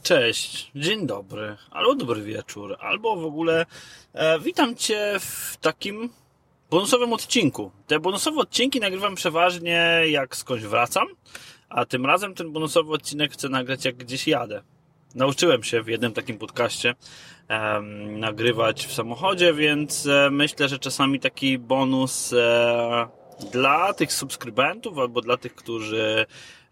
Cześć, dzień dobry, albo dobry wieczór, albo w ogóle witam Cię w takim bonusowym odcinku. Te bonusowe odcinki nagrywam przeważnie jak skądś wracam, a tym razem ten bonusowy odcinek chcę nagrać jak gdzieś jadę. Nauczyłem się w jednym takim podcaście nagrywać w samochodzie, więc myślę, że czasami taki bonus dla tych subskrybentów albo dla tych, którzy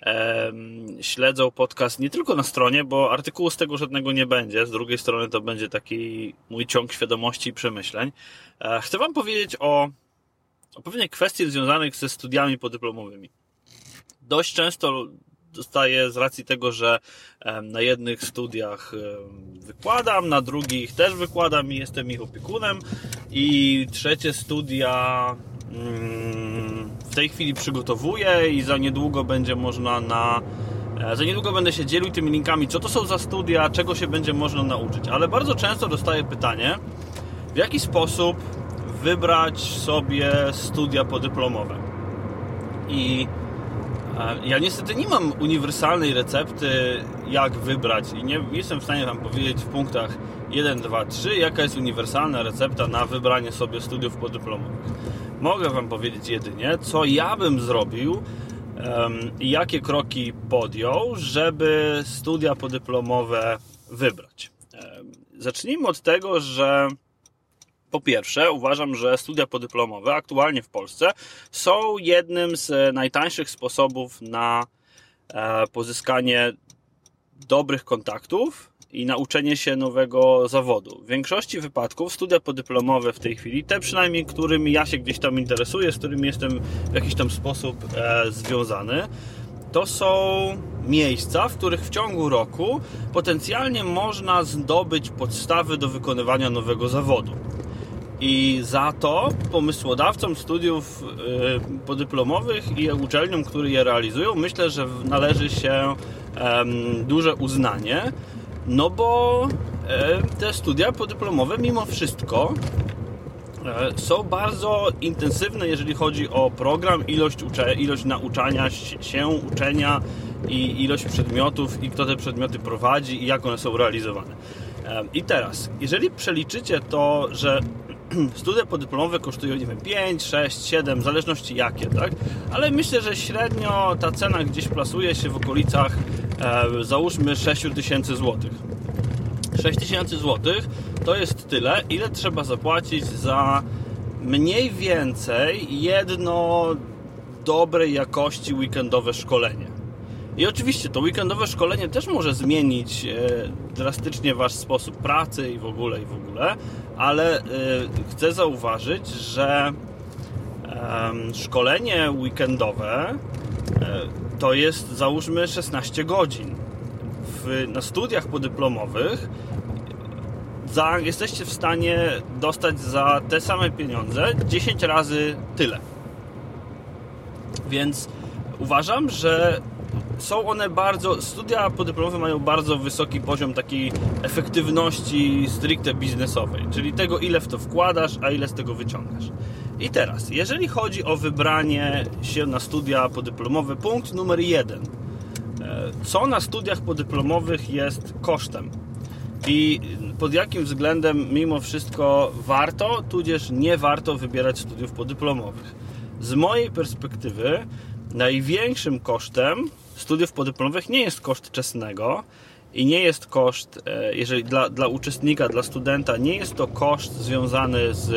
śledzą podcast nie tylko na stronie, bo artykułu z tego żadnego nie będzie. Z drugiej strony to będzie taki mój ciąg świadomości i przemyśleń. Chcę Wam powiedzieć o pewnej kwestii związanych ze studiami podyplomowymi. Dość często dostaję z racji tego, że na jednych studiach wykładam, na drugich też wykładam i jestem ich opiekunem i trzecie studia w tej chwili przygotowuję i za niedługo będzie można za niedługo będę się dzielił tymi linkami, co to są za studia, czego się będzie można nauczyć. Ale bardzo często dostaję pytanie, w jaki sposób wybrać sobie studia podyplomowe. I ja niestety nie mam uniwersalnej recepty, jak wybrać i nie jestem w stanie Wam powiedzieć w punktach 1, 2, 3, jaka jest uniwersalna recepta na wybranie sobie studiów podyplomowych. Mogę Wam powiedzieć jedynie, co ja bym zrobił i jakie kroki podjął, żeby studia podyplomowe wybrać. Zacznijmy od tego, że po pierwsze uważam, że studia podyplomowe aktualnie w Polsce są jednym z najtańszych sposobów na pozyskanie dobrych kontaktów i nauczenie się nowego zawodu. W większości wypadków studia podyplomowe w tej chwili, te przynajmniej, którymi ja się gdzieś tam interesuję, z którymi jestem w jakiś tam sposób związany, to są miejsca, w których w ciągu roku potencjalnie można zdobyć podstawy do wykonywania nowego zawodu. I za to pomysłodawcom studiów podyplomowych i uczelniom, które je realizują, myślę, że należy się duże uznanie, no bo te studia podyplomowe mimo wszystko są bardzo intensywne, jeżeli chodzi o program, ilość nauczania się, uczenia i ilość przedmiotów i kto te przedmioty prowadzi i jak one są realizowane. I teraz, jeżeli przeliczycie to, że studia podyplomowe kosztują, nie wiem, 5, 6, 7, w zależności jakie, tak? Ale myślę, że średnio ta cena gdzieś plasuje się w okolicach, załóżmy, 6 tysięcy złotych. 6 tysięcy złotych to jest tyle, ile trzeba zapłacić za mniej więcej jedno dobrej jakości weekendowe szkolenie. I oczywiście to weekendowe szkolenie też może zmienić drastycznie Wasz sposób pracy i w ogóle, ale chcę zauważyć, że szkolenie weekendowe to jest, załóżmy, 16 godzin. Na studiach podyplomowych jesteście w stanie dostać za te same pieniądze 10 razy tyle. Więc uważam, że studia podyplomowe mają bardzo wysoki poziom takiej efektywności stricte biznesowej, czyli tego, ile w to wkładasz, a ile z tego wyciągasz. I teraz, jeżeli chodzi o wybranie się na studia podyplomowe, punkt numer 1. Co na studiach podyplomowych jest kosztem? I pod jakim względem mimo wszystko warto, tudzież nie warto wybierać studiów podyplomowych? Z mojej perspektywy największym kosztem studiów podyplomowych nie jest koszt czesnego i nie jest koszt, jeżeli dla uczestnika, dla studenta, nie jest to koszt związany z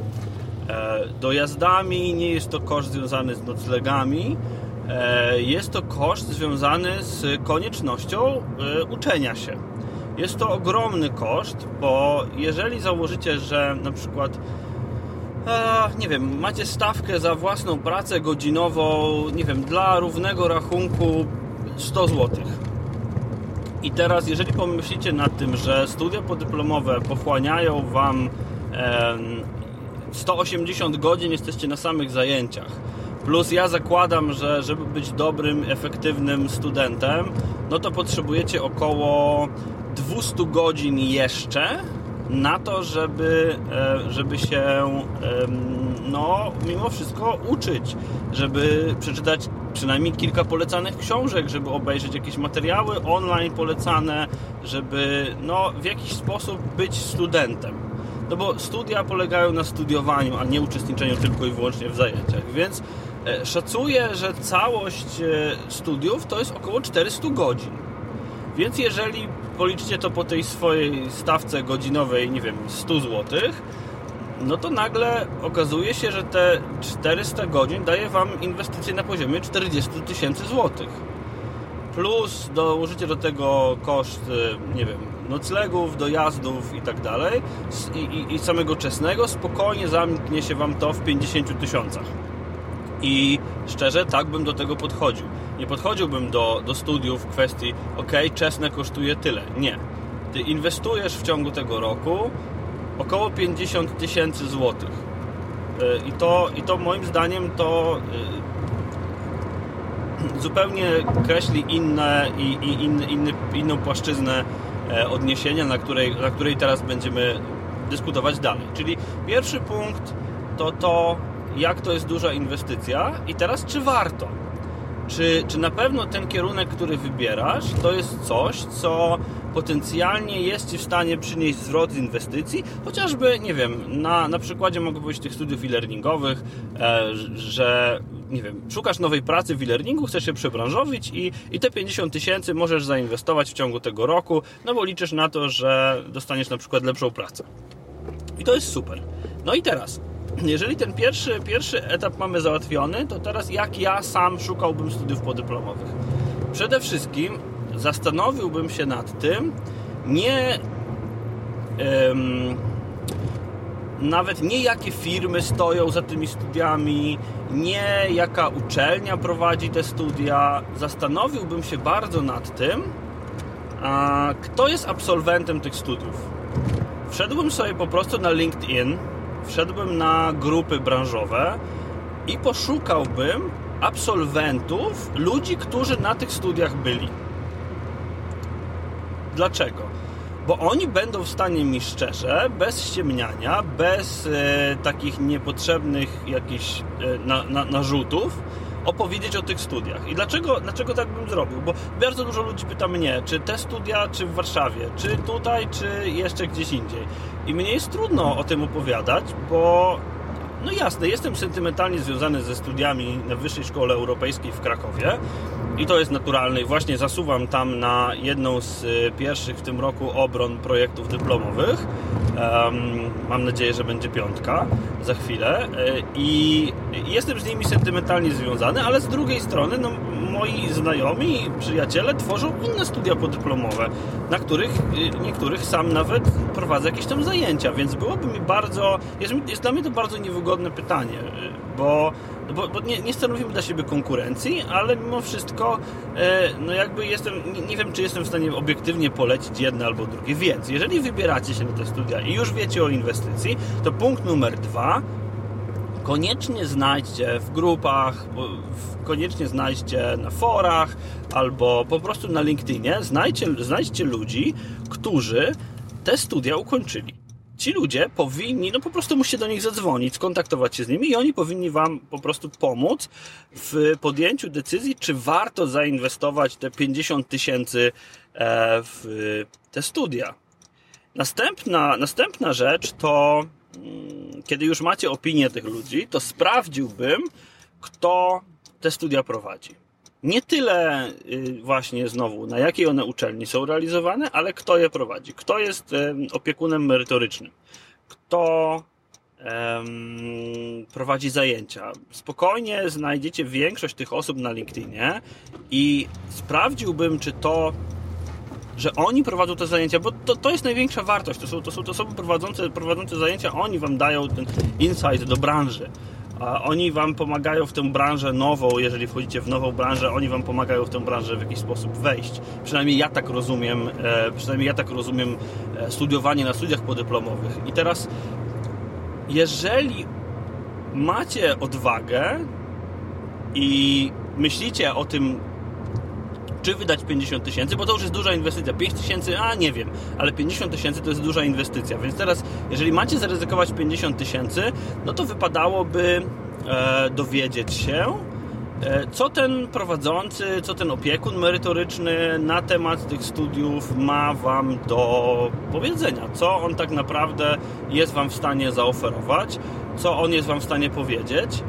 dojazdami, nie jest to koszt związany z noclegami, jest to koszt związany z koniecznością uczenia się. Jest to ogromny koszt, bo jeżeli założycie, że na przykład nie wiem, macie stawkę za własną pracę godzinową, nie wiem, dla równego rachunku 100 zł. I teraz, jeżeli pomyślicie nad tym, że studia podyplomowe pochłaniają Wam 180 godzin, jesteście na samych zajęciach, plus ja zakładam, że żeby być dobrym, efektywnym studentem, no to potrzebujecie około 200 godzin jeszcze na to, żeby się mimo wszystko uczyć, żeby przeczytać przynajmniej kilka polecanych książek, żeby obejrzeć jakieś materiały online polecane, żeby w jakiś sposób być studentem. No bo studia polegają na studiowaniu, a nie uczestniczeniu tylko i wyłącznie w zajęciach, więc szacuję, że całość studiów to jest około 400 godzin. Więc jeżeli policzycie to po tej swojej stawce godzinowej, 100 zł, no to nagle okazuje się, że te 400 godzin daje Wam inwestycje na poziomie 40 000 złotych. Plus dołożycie do tego koszt, noclegów, dojazdów i tak dalej i samego czesnego, spokojnie zamknie się Wam to w 50 000. I szczerze, tak bym do tego podchodził. Nie podchodziłbym do studiów w kwestii czesne kosztuje tyle. Nie. Ty inwestujesz w ciągu tego roku około 50 000 złotych. I to moim zdaniem to zupełnie kreśli inną płaszczyznę odniesienia, na której teraz będziemy dyskutować dalej. Czyli pierwszy punkt to jak to jest duża inwestycja i teraz czy warto? Czy na pewno ten kierunek, który wybierasz, to jest coś, co potencjalnie jest Ci w stanie przynieść zwrot z inwestycji? Chociażby, na przykładzie mogę powiedzieć tych studiów e-learningowych, że szukasz nowej pracy w e-learningu, chcesz się przebranżowić i te 50 000 możesz zainwestować w ciągu tego roku, bo liczysz na to, że dostaniesz na przykład lepszą pracę. I to jest super. No i teraz, jeżeli ten pierwszy etap mamy załatwiony, to teraz jak ja sam szukałbym studiów podyplomowych? Przede wszystkim zastanowiłbym się nad tym, nawet nie jakie firmy stoją za tymi studiami, nie jaka uczelnia prowadzi te studia. Zastanowiłbym się bardzo nad tym, kto jest absolwentem tych studiów. Wszedłbym sobie po prostu na LinkedIn, wszedłbym na grupy branżowe i poszukałbym absolwentów, ludzi, którzy na tych studiach byli. Dlaczego? Bo oni będą w stanie mi szczerze, bez ściemniania, bez takich niepotrzebnych jakichś narzutów opowiedzieć o tych studiach. I dlaczego tak bym zrobił? Bo bardzo dużo ludzi pyta mnie, czy te studia, czy w Warszawie, czy tutaj, czy jeszcze gdzieś indziej. I mnie jest trudno o tym opowiadać, bo jasne, jestem sentymentalnie związany ze studiami na Wyższej Szkole Europejskiej w Krakowie i to jest naturalne i właśnie zasuwam tam na jedną z pierwszych w tym roku obron projektów dyplomowych. Mam nadzieję, że będzie 5 za chwilę i jestem z nimi sentymentalnie związany, ale z drugiej strony moi znajomi i przyjaciele tworzą inne studia podyplomowe, na których niektórych sam nawet prowadzę jakieś tam zajęcia, więc byłoby mi jest dla mnie to bardzo niewygodne pytanie, bo nie stanowimy dla siebie konkurencji, ale mimo wszystko nie wiem, czy jestem w stanie obiektywnie polecić jedne albo drugie, więc jeżeli wybieracie się na te studia i już wiecie o inwestycji, to punkt numer 2, koniecznie znajdźcie w grupach, koniecznie znajdźcie na forach albo po prostu na LinkedInie, znajdźcie ludzi, którzy te studia ukończyli. Ci ludzie powinni, po prostu musicie do nich zadzwonić, skontaktować się z nimi i oni powinni Wam po prostu pomóc w podjęciu decyzji, czy warto zainwestować te 50 000 w te studia. Następna rzecz to, kiedy już macie opinię tych ludzi, to sprawdziłbym, kto te studia prowadzi. Nie tyle właśnie znowu, na jakiej one uczelni są realizowane, ale kto je prowadzi. Kto jest opiekunem merytorycznym. Kto prowadzi zajęcia. Spokojnie znajdziecie większość tych osób na LinkedInie i sprawdziłbym, czy że oni prowadzą te zajęcia, bo to jest największa wartość. To są osoby prowadzące zajęcia, oni Wam dają ten insight do branży. Oni Wam pomagają w tę branżę nową, jeżeli wchodzicie w nową branżę, oni Wam pomagają w tę branżę w jakiś sposób wejść. Przynajmniej ja tak rozumiem studiowanie na studiach podyplomowych. I teraz, jeżeli macie odwagę i myślicie o tym czy wydać 50 000, bo to już jest duża inwestycja. 5 000, nie wiem, ale 50 000 to jest duża inwestycja, więc teraz, jeżeli macie zaryzykować 50 000, no to wypadałoby dowiedzieć się, co ten prowadzący, co ten opiekun merytoryczny na temat tych studiów ma Wam do powiedzenia, co on tak naprawdę jest Wam w stanie zaoferować, co on jest Wam w stanie powiedzieć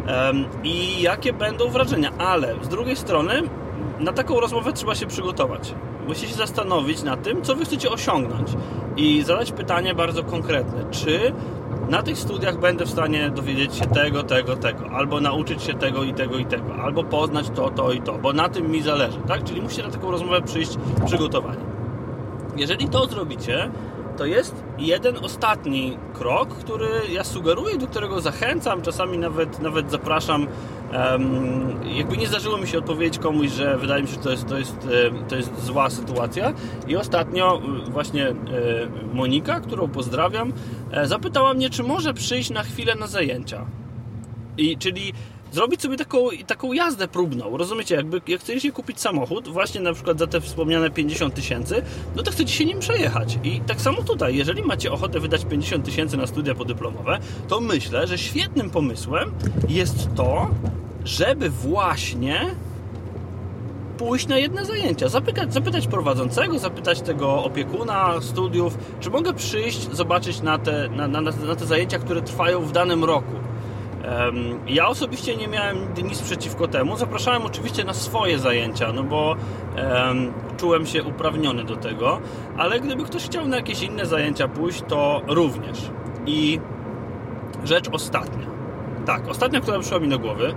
i jakie będą wrażenia, ale z drugiej strony na taką rozmowę trzeba się przygotować. Musicie zastanowić nad tym, co Wy chcecie osiągnąć i zadać pytanie bardzo konkretne, czy na tych studiach będę w stanie dowiedzieć się tego, albo nauczyć się tego i tego, albo poznać to i to, bo na tym mi zależy, tak? Czyli musicie na taką rozmowę przyjść przygotowani. Jeżeli to zrobicie, to jest jeden ostatni krok, który ja sugeruję, do którego zachęcam, czasami nawet zapraszam. Jakby nie zdarzyło mi się odpowiedzieć komuś, że wydaje mi się, że to jest zła sytuacja. I ostatnio właśnie Monika, którą pozdrawiam, zapytała mnie, czy może przyjść na chwilę na zajęcia. Czyli zrobić sobie taką jazdę próbną. Rozumiecie? Jak chcecie kupić samochód, właśnie na przykład za te wspomniane 50 000, no to chcecie się nim przejechać. I tak samo tutaj, jeżeli macie ochotę wydać 50 000 na studia podyplomowe, to myślę, że świetnym pomysłem jest to, żeby właśnie pójść na jedne zajęcia, zapytać prowadzącego, zapytać tego opiekuna studiów, czy mogę przyjść, zobaczyć na te zajęcia, które trwają w danym roku. Ja osobiście nie miałem nic przeciwko temu. Zapraszałem oczywiście na swoje zajęcia, no bo czułem się uprawniony do tego, ale gdyby ktoś chciał na jakieś inne zajęcia pójść, to również. I rzecz ostatnia. Tak, ostatnia, która przyszła mi do głowy.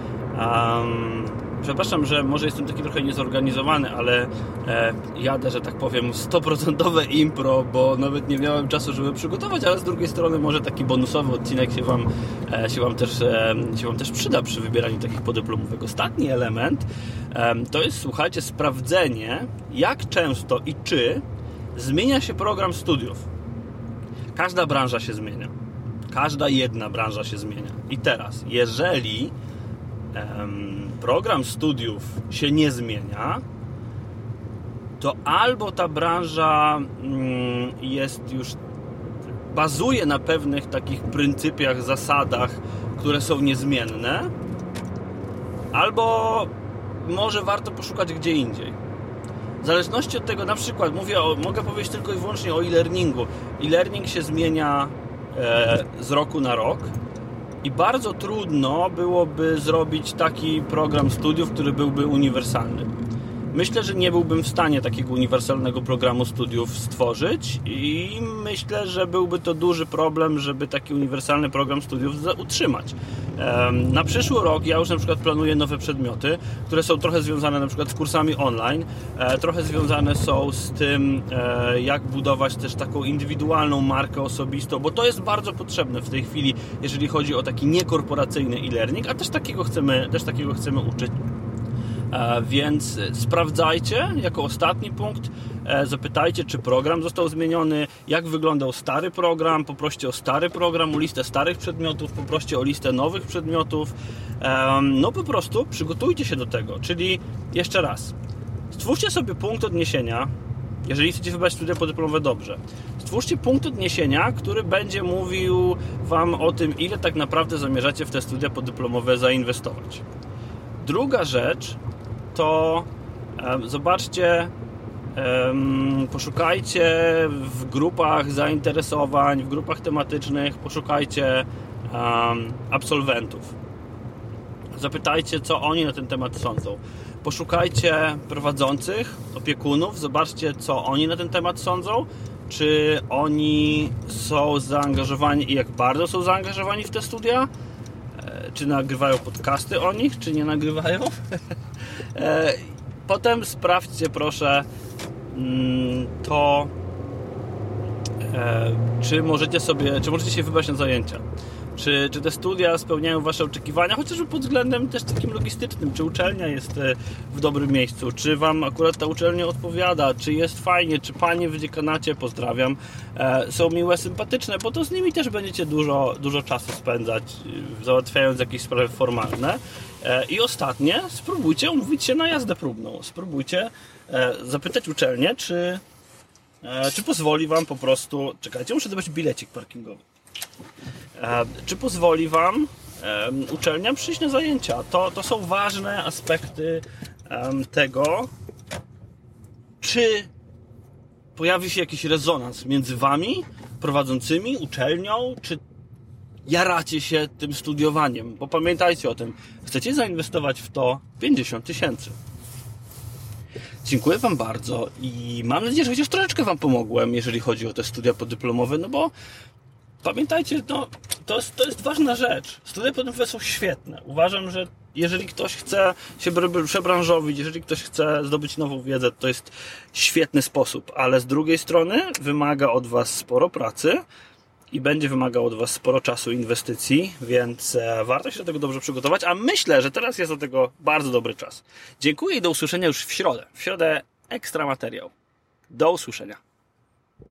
Przepraszam, że może jestem taki trochę niezorganizowany, ale jadę, że tak powiem, 100% impro, bo nawet nie miałem czasu, żeby przygotować, ale z drugiej strony może taki bonusowy odcinek się wam też przyda przy wybieraniu takich podyplomówek. Ostatni element to jest, słuchajcie, sprawdzenie, jak często i czy zmienia się program studiów. Każda branża się zmienia. Każda jedna branża się zmienia. I teraz, jeżeli program studiów się nie zmienia, to albo ta branża jest już bazuje na pewnych takich pryncypiach, zasadach, które są niezmienne, albo może warto poszukać gdzie indziej. W zależności od tego, na przykład mogę powiedzieć tylko i wyłącznie o e-learningu. E-learning się zmienia z roku na rok. I bardzo trudno byłoby zrobić taki program studiów, który byłby uniwersalny. Myślę, że nie byłbym w stanie takiego uniwersalnego programu studiów stworzyć i myślę, że byłby to duży problem, żeby taki uniwersalny program studiów utrzymać. Na przyszły rok ja już na przykład planuję nowe przedmioty, które są trochę związane na przykład z kursami online, trochę związane są z tym, jak budować też taką indywidualną markę osobistą, bo to jest bardzo potrzebne w tej chwili, jeżeli chodzi o taki niekorporacyjny e-learning, a też takiego chcemy uczyć. Więc sprawdzajcie jako ostatni punkt, zapytajcie, czy program został zmieniony, jak wyglądał stary program, poproście o stary program, o listę starych przedmiotów, poproście o listę nowych przedmiotów, no po prostu przygotujcie się do tego, czyli jeszcze raz, stwórzcie sobie punkt odniesienia, jeżeli chcecie wybrać studia podyplomowe dobrze, stwórzcie punkt odniesienia, który będzie mówił Wam o tym, ile tak naprawdę zamierzacie w te studia podyplomowe zainwestować. Druga rzecz to zobaczcie, poszukajcie w grupach zainteresowań, w grupach tematycznych, poszukajcie absolwentów. Zapytajcie, co oni na ten temat sądzą. Poszukajcie prowadzących, opiekunów, zobaczcie, co oni na ten temat sądzą, czy oni są zaangażowani i jak bardzo są zaangażowani w te studia, czy nagrywają podcasty o nich, czy nie nagrywają. Potem sprawdźcie proszę to, czy możecie się wybrać na zajęcia. czy te studia spełniają Wasze oczekiwania, chociażby pod względem też takim logistycznym, czy uczelnia jest w dobrym miejscu, czy Wam akurat ta uczelnia odpowiada, czy jest fajnie, czy Panie w dziekanacie, pozdrawiam, są miłe, sympatyczne, bo to z nimi też będziecie dużo czasu spędzać, załatwiając jakieś sprawy formalne. I ostatnie, spróbujcie umówić się na jazdę próbną. Spróbujcie zapytać uczelnię, czy pozwoli Wam po prostu... Czekajcie, muszę zobaczyć bilecik parkingowy. Czy pozwoli Wam uczelnia przyjść na zajęcia? To są ważne aspekty tego, czy pojawi się jakiś rezonans między Wami, prowadzącymi, uczelnią, czy jaracie się tym studiowaniem. Bo pamiętajcie o tym, chcecie zainwestować w to 50 000. Dziękuję Wam bardzo i mam nadzieję, że chociaż troszeczkę Wam pomogłem, jeżeli chodzi o te studia podyplomowe, no bo pamiętajcie, no, to jest ważna rzecz. Studia podyplomowe są świetne. Uważam, że jeżeli ktoś chce się przebranżowić, jeżeli ktoś chce zdobyć nową wiedzę, to jest świetny sposób, ale z drugiej strony wymaga od Was sporo pracy i będzie wymagał od Was sporo czasu i inwestycji, więc warto się do tego dobrze przygotować, a myślę, że teraz jest do tego bardzo dobry czas. Dziękuję i do usłyszenia już w środę. W środę ekstra materiał. Do usłyszenia.